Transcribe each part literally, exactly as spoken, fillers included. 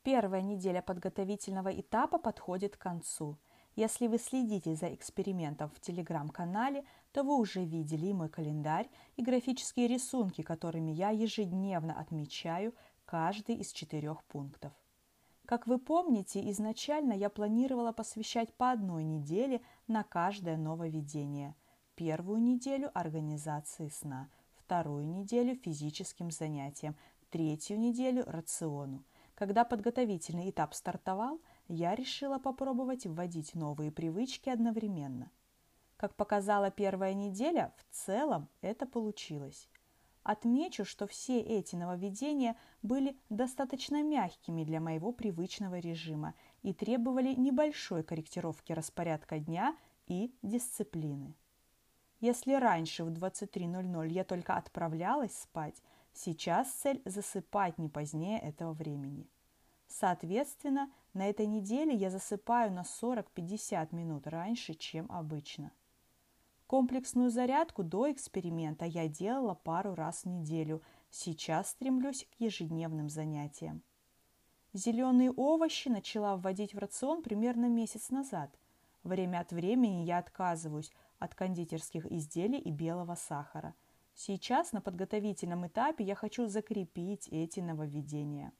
Первая неделя подготовительного этапа подходит к концу. Если вы следите за экспериментом в телеграм-канале, то вы уже видели и мой календарь, и графические рисунки, которыми я ежедневно отмечаю каждый из четырех пунктов. Как вы помните, изначально я планировала посвящать по одной неделе на каждое нововведение. Первую неделю – организации сна, вторую неделю – физическим занятиям, третью неделю – рациону. Когда подготовительный этап стартовал, я решила попробовать вводить новые привычки одновременно. Как показала первая неделя, в целом это получилось. Отмечу, что все эти нововведения были достаточно мягкими для моего привычного режима и требовали небольшой корректировки распорядка дня и дисциплины. Если раньше в двадцать три ноль ноль я только отправлялась спать, сейчас цель засыпать не позднее этого времени. Соответственно, на этой неделе я засыпаю на сорок-пятьдесят минут раньше, чем обычно. Комплексную зарядку до эксперимента я делала пару раз в неделю, сейчас стремлюсь к ежедневным занятиям. Зеленые овощи начала вводить в рацион примерно месяц назад. Время от времени я отказываюсь от кондитерских изделий и белого сахара. Сейчас на подготовительном этапе я хочу закрепить эти нововведения.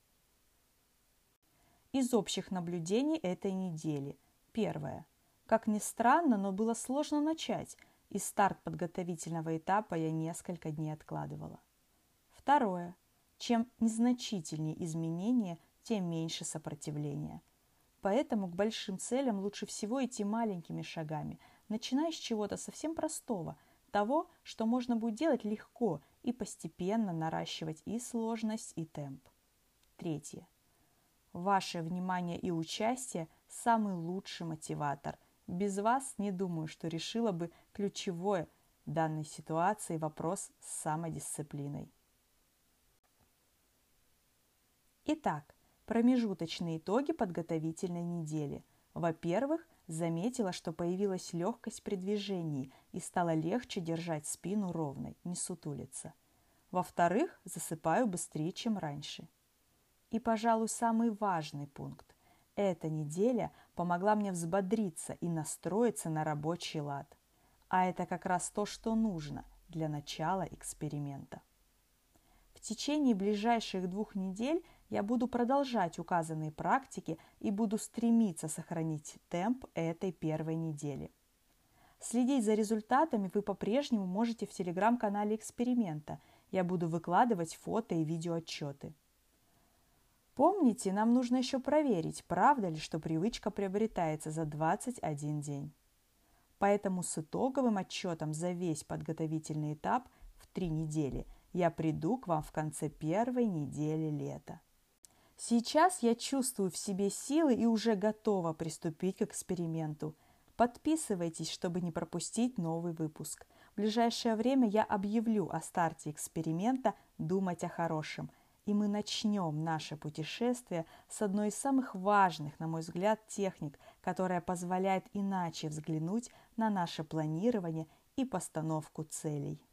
Из общих наблюдений этой недели. Первое. Как ни странно, но было сложно начать, и старт подготовительного этапа я несколько дней откладывала. Второе. Чем незначительнее изменения, тем меньше сопротивления. Поэтому к большим целям лучше всего идти маленькими шагами, начиная с чего-то совсем простого, того, что можно будет делать легко, и постепенно наращивать и сложность, и темп. Третье. Ваше внимание и участие – самый лучший мотиватор. Без вас не думаю, что решила бы ключевой в данной ситуации вопрос с самодисциплиной. Итак, промежуточные итоги подготовительной недели. Во-первых, заметила, что появилась легкость при движении и стало легче держать спину ровной, не сутулиться. Во-вторых, засыпаю быстрее, чем раньше. И, пожалуй, самый важный пункт. Эта неделя помогла мне взбодриться и настроиться на рабочий лад. А это как раз то, что нужно для начала эксперимента. В течение ближайших двух недель я буду продолжать указанные практики и буду стремиться сохранить темп этой первой недели. Следить за результатами вы по-прежнему можете в телеграм-канале эксперимента. Я буду выкладывать фото и видеоотчеты. Помните, нам нужно еще проверить, правда ли, что привычка приобретается за двадцать один день. Поэтому с итоговым отчетом за весь подготовительный этап в три недели я приду к вам в конце первой недели лета. Сейчас я чувствую в себе силы и уже готова приступить к эксперименту. Подписывайтесь, чтобы не пропустить новый выпуск. В ближайшее время я объявлю о старте эксперимента «Думать о хорошем», и мы начнем наше путешествие с одной из самых важных, на мой взгляд, техник, которая позволяет иначе взглянуть на наше планирование и постановку целей.